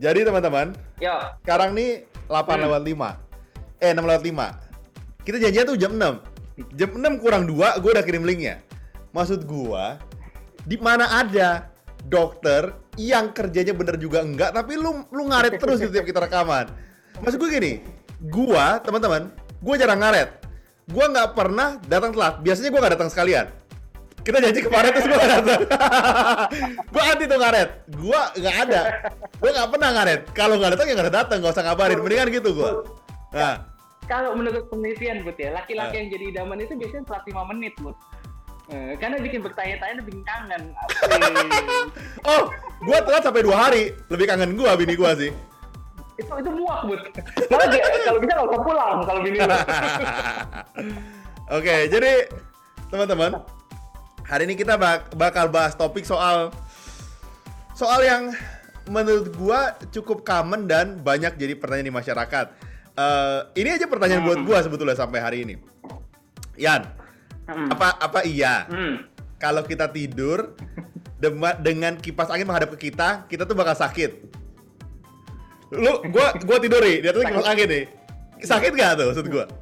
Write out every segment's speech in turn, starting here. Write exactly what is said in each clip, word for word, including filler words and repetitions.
Jadi teman-teman, Yo. sekarang nih delapan lewat lima. Eh, enam lewat lima. Kita janjian tuh jam enam. Jam enam kurang dua, gue udah kirim linknya. Maksud gue, di mana ada dokter yang kerjanya bener juga enggak, tapi lu lu ngaret terus di tiap kita rekaman. Maksud gue gini, gue, teman-teman, gue jarang ngaret. Gue nggak pernah datang telat. Biasanya gue nggak datang sekalian. Kita janji kemarin terus gue gak datang. Gue anti tuh ngaret. Gue gak ada. Gue gak pernah ngaret. Kalau gak datang ya gak datang. Gak usah ngabarin. Mendingan gitu gue. Nah. Kalau menurut penelitian Bud ya, laki-laki uh. yang jadi idaman itu biasanya telat lima menit Bud. Eh, karena bikin bertanya-tanya lebih kangen. Oh, gue telat sampai dua hari. Lebih kangen gue bini gue sih. Itu itu muak Bud. Kalau kalau bisa gak usah pulang kalau bini. Oke, okay, jadi teman-teman, hari ini kita bak- bakal bahas topik soal soal yang menurut gua cukup common dan banyak jadi pertanyaan di masyarakat. Uh, ini aja pertanyaan hmm. buat gua sebetulnya sampai hari ini. Yan, hmm. apa apa iya hmm. kalau kita tidur dema- dengan kipas angin menghadap ke kita, kita tuh bakal sakit? Lu, gua gua tidur nih, dia tuh kipas angin nih. Sakit gak tuh maksud gua?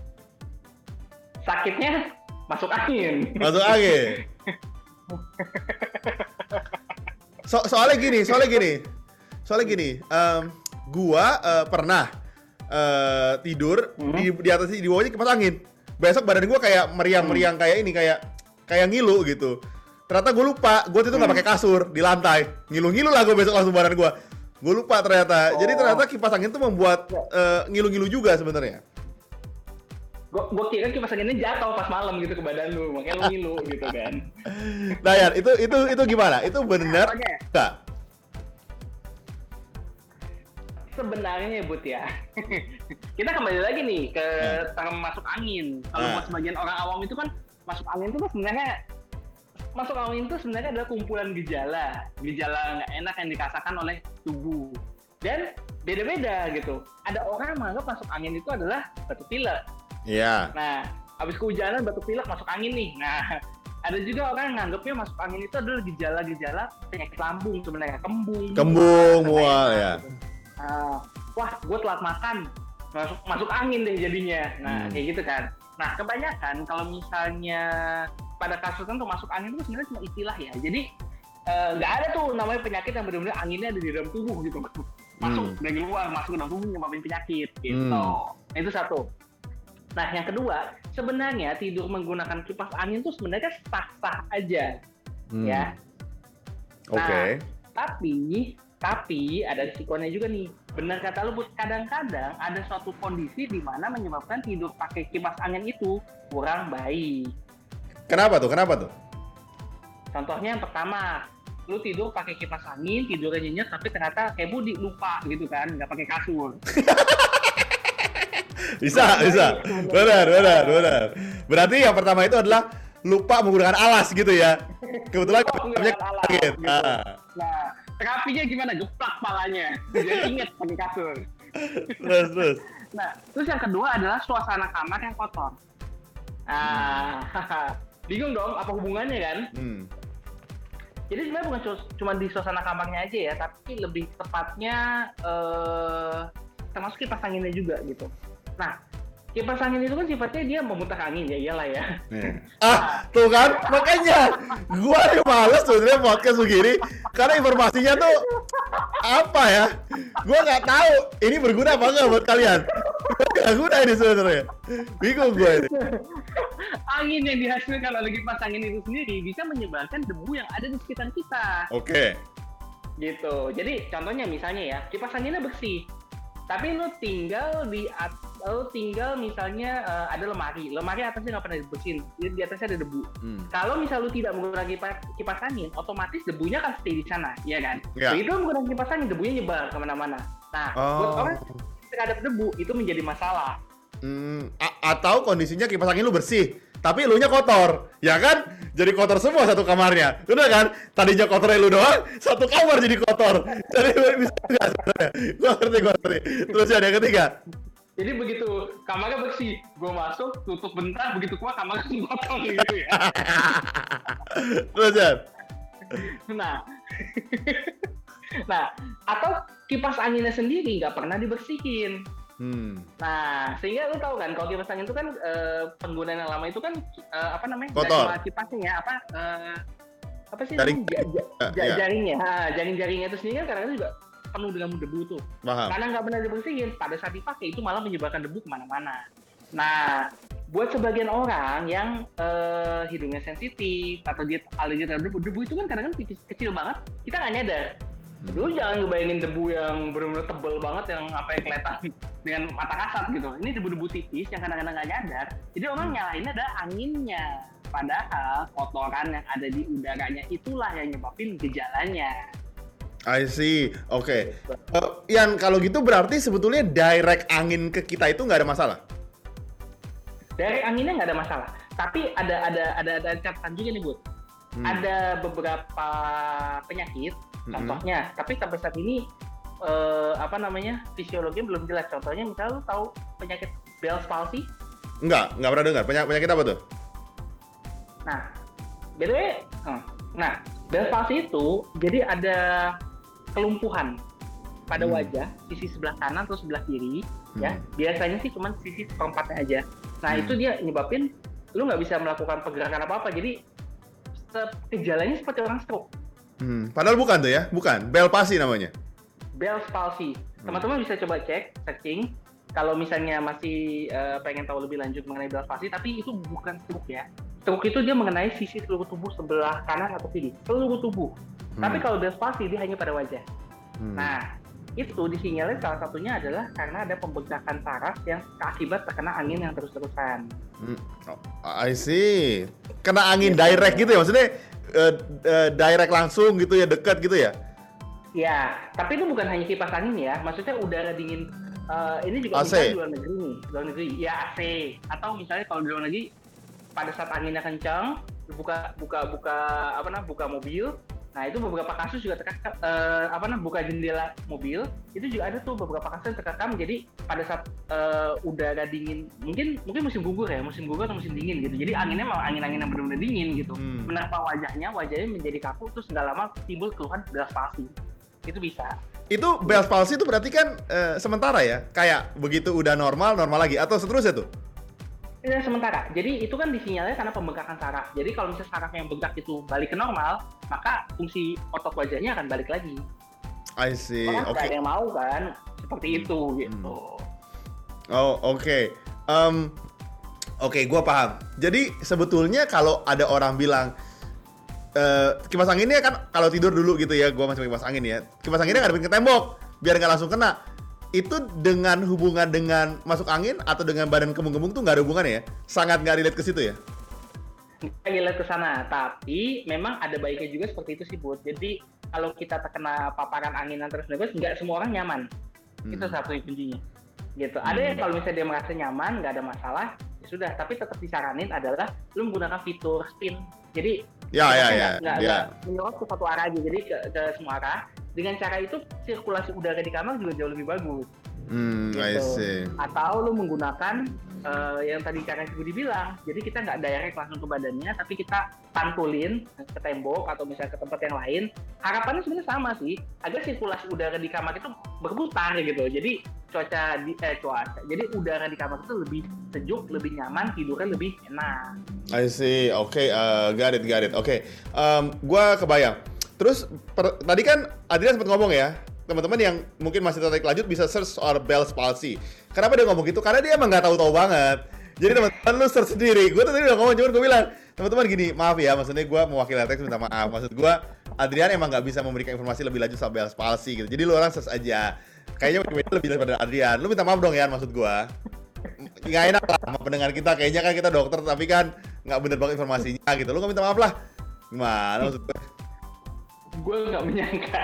Sakitnya masuk angin. Masuk angin. So, soalnya gini, soalnya gini, soalnya gini. Um, gua uh, pernah uh, tidur hmm? di, di atas di bawahnya kipas angin. Besok badan gua kayak meriang-meriang kayak ini, kayak kayak ngilu gitu. Ternyata gua lupa, gua itu nggak hmm. pakai kasur di lantai. Ngilu-ngilu lah gua besok langsung badan gua. Gua lupa ternyata. Oh. Jadi ternyata kipas angin itu membuat uh, ngilu-ngilu juga sebenarnya. Gue gue kira kipas anginnya jatuh pas malam gitu ke badan lu, makanya lu ngilu gitu kan. Nah ya, itu itu itu gimana? Itu benar nggak? Sebenarnya ya Bud ya, kita kembali lagi nih ke term masuk angin. Kalau buat sebagian orang awam itu kan masuk angin itu kan sebenarnya masuk angin itu sebenarnya adalah kumpulan gejala, gejala nggak enak yang dirasakan oleh tubuh. Dan beda-beda gitu. Ada orang menganggap masuk angin itu adalah batuk pilek. Iya. Nah, habis kehujanan batuk pilek masuk angin nih. Nah, ada juga orang yang nganggapnya masuk angin itu adalah gejala-gejala penyakit lambung sebenarnya, kembung. Kembung, mual ya. Gitu. Nah, wah, gue telat makan, masuk masuk angin deh jadinya. Nah, hmm. kayak gitu kan. Nah, kebanyakan kalau misalnya pada kasus kan masuk angin itu sebenarnya cuma istilah ya. Jadi nggak uh, ada tuh namanya penyakit yang benar-benar anginnya ada di dalam tubuh gitu. Masuk hmm. dari luar, masuk ke dalam tubuh nyebabin penyakit gitu. Hmm. Nah, itu satu. Nah, yang kedua, sebenarnya tidur menggunakan kipas angin itu sebenarnya sah-sah aja, hmm. ya. Oke. Okay. Nah, tapi, tapi ada risikonya juga nih. Benar kata lu, kadang-kadang ada suatu kondisi di mana menyebabkan tidur pakai kipas angin itu kurang baik. Kenapa tuh? Kenapa tuh? Contohnya yang pertama, lu tidur pakai kipas angin, tidurnya nyenyak, tapi ternyata kayak Budi lupa gitu kan, nggak pakai kasur. Bisa, bisa. Benar, benar, benar. Berarti yang pertama itu adalah lupa menggunakan alas gitu ya. Kebetulan menggunakan alas gitu. Nah, terapinya gimana? Geplak palanya. Jadi inget pakai kasur. Terus, terus. Nah, terus yang kedua adalah suasana kamar yang kotor. Ah, bingung dong apa hubungannya kan? Hmm. Jadi sebenarnya bukan cuma di suasana kamarnya aja ya, tapi lebih tepatnya eh, termasuk kipas anginnya juga gitu. Nah, kipas angin itu kan sifatnya dia memutar angin, ya iyalah ya. Nih. Ah, tuh kan, makanya gua nih males sebenarnya podcast begini karena informasinya tuh apa ya? Gua nggak tahu ini berguna apa nggak buat kalian. Nggak guna ini sebenarnya. Bingung gua ini. Angin yang dihasilkan oleh kipas angin itu sendiri bisa menyebarkan debu yang ada di sekitar kita. Oke. Okay. Gitu. Jadi contohnya misalnya ya, kipas anginnya bersih. Tapi lu tinggal di lu tinggal misalnya uh, ada lemari, lemari atasnya nggak pernah dibersihin, di atasnya ada debu. Hmm. Kalau misal lu tidak menggunakan kipas, kipas angin, otomatis debunya akan stay di sana, ya kan? Yeah. Begitu menggunakan kipas angin, debunya nyebar kemana-mana. Nah, oh. buat orang terhadap debu itu menjadi masalah. Hmm, a- atau kondisinya kipas angin lu bersih, tapi elunya kotor, ya kan? Jadi kotor semua satu kamarnya, udah kan? Tadinya kotornya lu doang, satu kamar jadi kotor. Jadi bisa nggak sebenarnya? Gua ngerti, gua ngerti. Terus ada yang ketiga. Jadi begitu kamarnya bersih, gua masuk, tutup bentar, begitu keluar kamarnya kotor gitu ya. Terus ya. Nah, nah atau kipas anginnya sendiri nggak pernah dibersihin. Hmm. Nah, sehingga lu tahu kan kalau kipas angin itu kan uh, penggunaan yang lama itu kan uh, apa namanya? Kotor. Nggak cuma kipasnya ya, apa uh, apa sih Jaring. ja, ja, Uh, ja, iya. jaringnya, ha, jaring-jaringnya itu sendiri kan kadang-kadang juga penuh dengan debu tuh. Paham. Karena nggak benar dibersihin, pada saat dipakai itu malah menyebabkan debu kemana-mana. Nah, buat sebagian orang yang uh, hidungnya sensitif atau dia alergi terhadap debu, debu itu kan kadang-kadang kecil, kecil banget, kita nggak nyadar. Lu jangan ngebayangin debu yang benar-benar tebel banget yang sampai kelihatan dengan mata kasat gitu. Ini debu-debu tipis yang kadang-kadang nggak nyadar. Jadi orang nyalahinnya ada anginnya. Padahal kotoran yang ada di udaranya itulah yang nyebabin gejalanya. I see. Oke. Okay. Uh, Yan, kalau gitu berarti sebetulnya direct angin ke kita itu nggak ada masalah? Direct anginnya nggak ada masalah. Tapi ada ada ada ada catatan juga nih, Bud. Hmm. Ada beberapa penyakit, hmm. contohnya. Tapi sampai saat ini uh, apa namanya fisiologinya belum jelas. Contohnya misalnya lu tahu penyakit Bell's palsy? Enggak, enggak pernah dengar. Penyakit, penyakit apa tuh? Nah, by the way, nah Bell's palsy itu jadi ada kelumpuhan pada hmm. wajah sisi sebelah kanan atau sebelah kiri, hmm. ya. Biasanya sih cuma sisi seperempatnya aja. Nah, hmm. itu dia nyebabin lu nggak bisa melakukan pergerakan apa-apa. Jadi gejalanya seperti orang stroke. Hmm. Padahal bukan tuh ya, bukan. Bell's palsy namanya. Bell's palsy. Teman-teman hmm. bisa coba cek, searching. Kalau misalnya masih uh, pengen tahu lebih lanjut mengenai Bell's palsy, tapi itu bukan stroke ya. Stroke itu dia mengenai sisi seluruh tubuh sebelah kanan atau kiri, seluruh tubuh. Hmm. Tapi kalau Bell's palsy dia hanya pada wajah. Hmm. Nah, itu disinyalir salah satunya adalah karena ada pembengkakan saraf yang akibat terkena angin yang terus-terusan. Hmm. Oh, I see. Kena angin direct gitu ya, maksudnya uh, uh, direct langsung gitu ya, dekat gitu ya? Ya, tapi itu bukan hanya kipas angin ya, maksudnya udara dingin. Uh, ini juga A C. misalnya di luar negeri nih, luar negeri, ya A C. Atau misalnya kalau di luar negeri, pada saat anginnya kencang, buka buka buka apa namanya buka mobil. Nah, itu beberapa kasus juga terkekam, uh, apa namanya buka jendela mobil, itu juga ada tuh beberapa kasus yang terkekam. Jadi pada saat uh, udara dingin, mungkin mungkin musim gugur ya, musim gugur atau musim dingin gitu. Jadi anginnya mau angin-angin yang benar-benar dingin gitu. Hmm. Menerpa wajahnya, wajahnya menjadi kaku, terus nggak lama timbul keluhan Bell's palsy. Itu bisa. Itu Bell's palsy itu berarti kan uh, sementara ya? Kayak begitu udah normal, normal lagi atau seterusnya tuh? Ya, sementara. Jadi itu kan disinyalir karena pembengkakan saraf. Jadi kalau misalnya saraf yang bengkak itu balik ke normal, maka fungsi otot wajahnya akan balik lagi. I see. Orang Oke. okay. Ada yang mau kan seperti itu hmm. gitu. Oh oke. Okay. Um, oke, okay, gue paham. Jadi sebetulnya kalau ada orang bilang uh, kipas anginnya kan kalau tidur dulu gitu ya, gue masih kipas angin ya. Kipas anginnya ngadepin ke tembok biar nggak langsung kena. Itu dengan hubungan dengan masuk angin atau dengan badan kembung-kembung tuh nggak ada hubungan ya? Sangat nggak relate ke situ ya? Nggak relate ke sana, tapi memang ada baiknya juga seperti itu sih, Bud. Jadi kalau kita terkena paparan angin yang terus-menerus, nggak semua orang nyaman. Hmm. Itu satu kuncinya. Gitu. Hmm. Ada yang kalau misalnya dia merasa nyaman, nggak ada masalah, ya sudah. Tapi tetap disaranin adalah lu menggunakan fitur spin. Jadi ya ya ya. Nggak ya. menyorot ke satu arah aja, jadi ke, ke semua arah. Dengan cara itu sirkulasi udara di kamar juga jauh lebih bagus. Hmm, gitu. I see. Atau lu menggunakan uh, yang tadi Kak Budi bilang, jadi kita nggak direct langsung ke badannya, tapi kita pantulin ke tembok atau misalnya ke tempat yang lain. Harapannya sebenarnya sama sih, agar sirkulasi udara di kamar itu berputar gitu. Jadi cuaca di eh cuaca, jadi udara di kamar itu lebih sejuk, lebih nyaman, tidurnya lebih enak. I see. Oke, okay, uh, got it, got it. Oke, okay. um, gua kebayang. Terus per, tadi kan Adrian sempat ngomong ya, teman-teman yang mungkin masih tertarik lanjut bisa search soal Bell's palsy. Kenapa dia ngomong gitu? Karena dia emang nggak tahu-tahu banget. Jadi teman-teman lu search sendiri. Gue tadi udah ngomong, cuman gue bilang, teman-teman gini, maaf ya, maksudnya gue mewakili Atex minta maaf. Maksud gue, Adrian emang nggak bisa memberikan informasi lebih lanjut soal Bell's palsy gitu. Jadi lu orang search aja. Kayaknya lebih daripada Adrian. Lu minta maaf dong ya, maksud gue. Nggak enak lah sama pendengar kita. Kayaknya kan kita dokter, tapi kan nggak bener banget informasinya gitu. Lu nggak minta maaf lah. Gimana maksud gue? Gue nggak menyangka.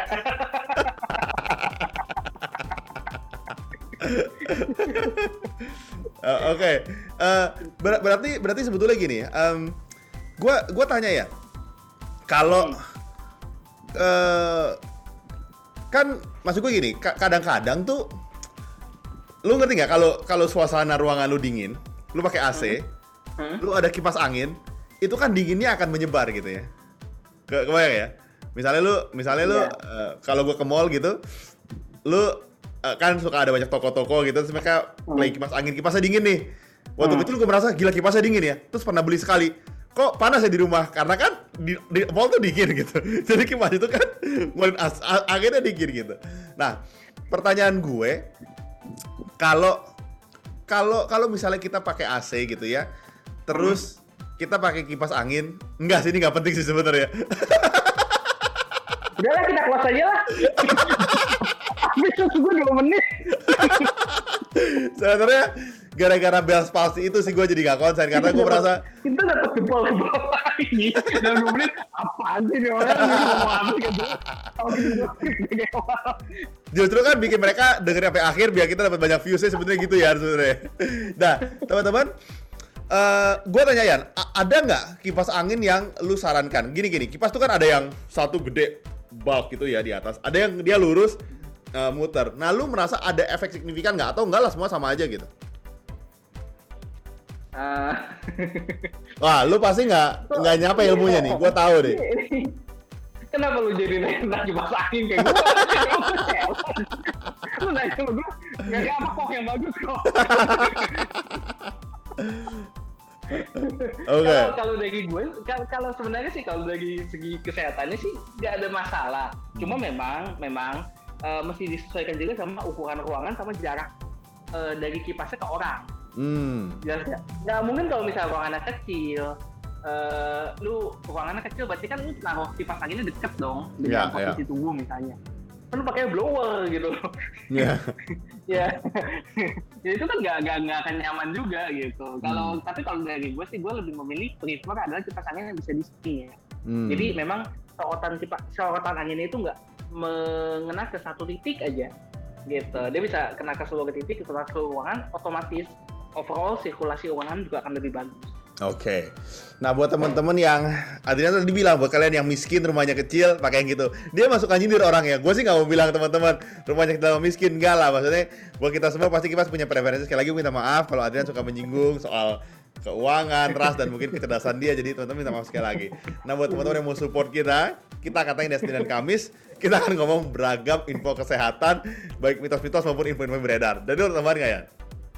uh, Oke, okay. uh, ber- berarti berarti sebetulnya gini, um, gue gue tanya ya, kalau uh, kan maksud gue gini, ka- kadang-kadang tuh, lu ngerti nggak kalau kalau suasana ruangan lu dingin, lu pakai A C, hmm? lu ada kipas angin, itu kan dinginnya akan menyebar gitu ya, ke kebayang ya? Misalnya lu, misalnya lu, yeah. uh, kalau gue ke mall gitu, lu uh, kan suka ada banyak toko-toko gitu, terus mereka play kipas angin, kipasnya dingin nih. Waktu Hmm. itu gue merasa gila kipasnya dingin ya, terus pernah beli sekali. Kok panas ya di rumah? Karena kan di, di mall tuh dingin gitu. Jadi kipas itu kan ngeluarin as- a- anginnya dingin gitu. Nah, pertanyaan gue, kalau kalau kalau misalnya kita pakai A C gitu ya, terus kita pakai kipas angin, enggak sih ini nggak penting sih sebenarnya. Udahlah kita close aja lah. Habis itu gue dua menit. Sebenarnya gara-gara Bell's palsy itu sih gue jadi gak konsen karena gue merasa kita dapat jempol ke bawah lagi dalam dua menit. Apaan sih nih orang ini ngomong apa gitu? Kalau gitu justru kan bikin mereka dengerin sampai akhir biar kita dapat banyak views-nya sebenarnya gitu ya sebenarnya. Nah, teman-teman, uh, gue tanya Yan, a- ada nggak kipas angin yang lu sarankan? Gini-gini, kipas tuh kan ada yang satu gede bulk gitu ya di atas, ada yang dia lurus uh, muter. Nah, lu merasa ada efek signifikan nggak atau enggak lah semua sama aja gitu? Uh, Wah, lu pasti nggak nggak nyampe ilmunya nih, gue tahu deh. Kenapa lu jadi nanya kipas angin kayak gue? Lu nanya sama gue, nggak ada apa kok yang bagus kok. Oke. Kalau kalau dari gue, kalau, kalau sebenarnya sih kalau dari segi kesehatannya sih nggak ada masalah. Cuma memang memang uh, mesti disesuaikan juga sama ukuran ruangan sama jarak uh, dari kipasnya ke orang. Hmm. Jelas nggak? Nggak mungkin kalau misalnya ruangannya kecil, uh, lu ruangannya kecil berarti kan lu naruh kipas anginnya deket dong dengan Ya, posisi ya. tubuh misalnya. Kan lu pakai blower gitu. Ya. Ya, ya itu kan nggak nggak nggak akan nyaman juga gitu. Kalau Hmm. tapi kalau dari gue sih gue lebih memilih prefer adalah kipas angin yang bisa di setting ya. Hmm. Jadi memang sorotan kipas sorotan anginnya itu nggak mengena ke satu titik aja gitu. Dia bisa kena ke seluruh titik, ke seluruh ruangan, otomatis overall sirkulasi ruangan juga akan lebih bagus. Oke. Nah, buat teman-teman yang Adrian tadi bilang buat kalian yang miskin rumahnya kecil pakai yang gitu. Dia masuk nyindir orang ya. Gue sih nggak mau bilang teman-teman rumahnya kecil sama miskin, enggak lah. Maksudnya buat kita semua pasti kita punya preferensi. Sekali lagi minta maaf kalau Adrian suka menyinggung soal keuangan, ras dan mungkin kecerdasan dia. Jadi teman-teman minta maaf sekali lagi. Nah, buat teman-teman yang mau support kita, kita katanya di Senin dan Kamis kita akan ngomong beragam info kesehatan, baik mitos-mitos maupun info-info yang beredar. Dan lu teman nggak ya?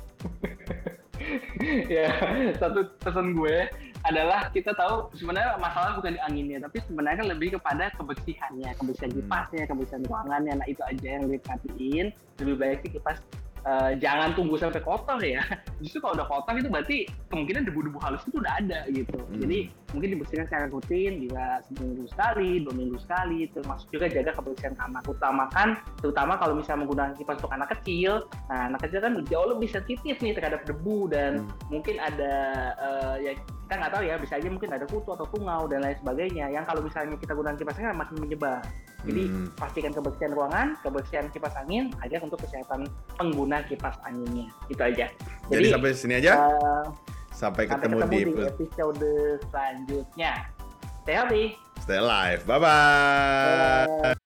Ya, satu pesan gue adalah kita tahu sebenarnya masalah bukan di anginnya, tapi sebenarnya lebih kepada kebersihannya, kebersihan kipasnya, kebersihan ruangannya. Nah itu aja yang diperhatiin. Lebih baik sih kipas uh, jangan tunggu sampai kotor ya. Justru kalau udah kotor itu berarti kemungkinan debu-debu halus itu udah ada gitu. Hmm. Jadi mungkin dibersihkan secara rutin, bisa seminggu sekali, dua minggu sekali. Termasuk juga jaga kebersihan kamar. Utamakan, terutama kalau misalnya menggunakan kipas untuk anak kecil. Nah anak kecil kan jauh lebih sensitif nih terhadap debu dan hmm. mungkin ada uh, ya kita nggak tahu ya, bisa aja mungkin ada kutu atau tungau dan lain sebagainya yang kalau misalnya kita gunakan kipas angin makin menyebar. Jadi hmm. pastikan kebersihan ruangan, kebersihan kipas angin agar untuk kesehatan pengguna kipas anginnya. Itu aja. Jadi, Jadi sampai sini aja. Uh, sampai, sampai ketemu, ketemu di, di episode selanjutnya. Stay healthy. Stay alive. Bye-bye. Bye.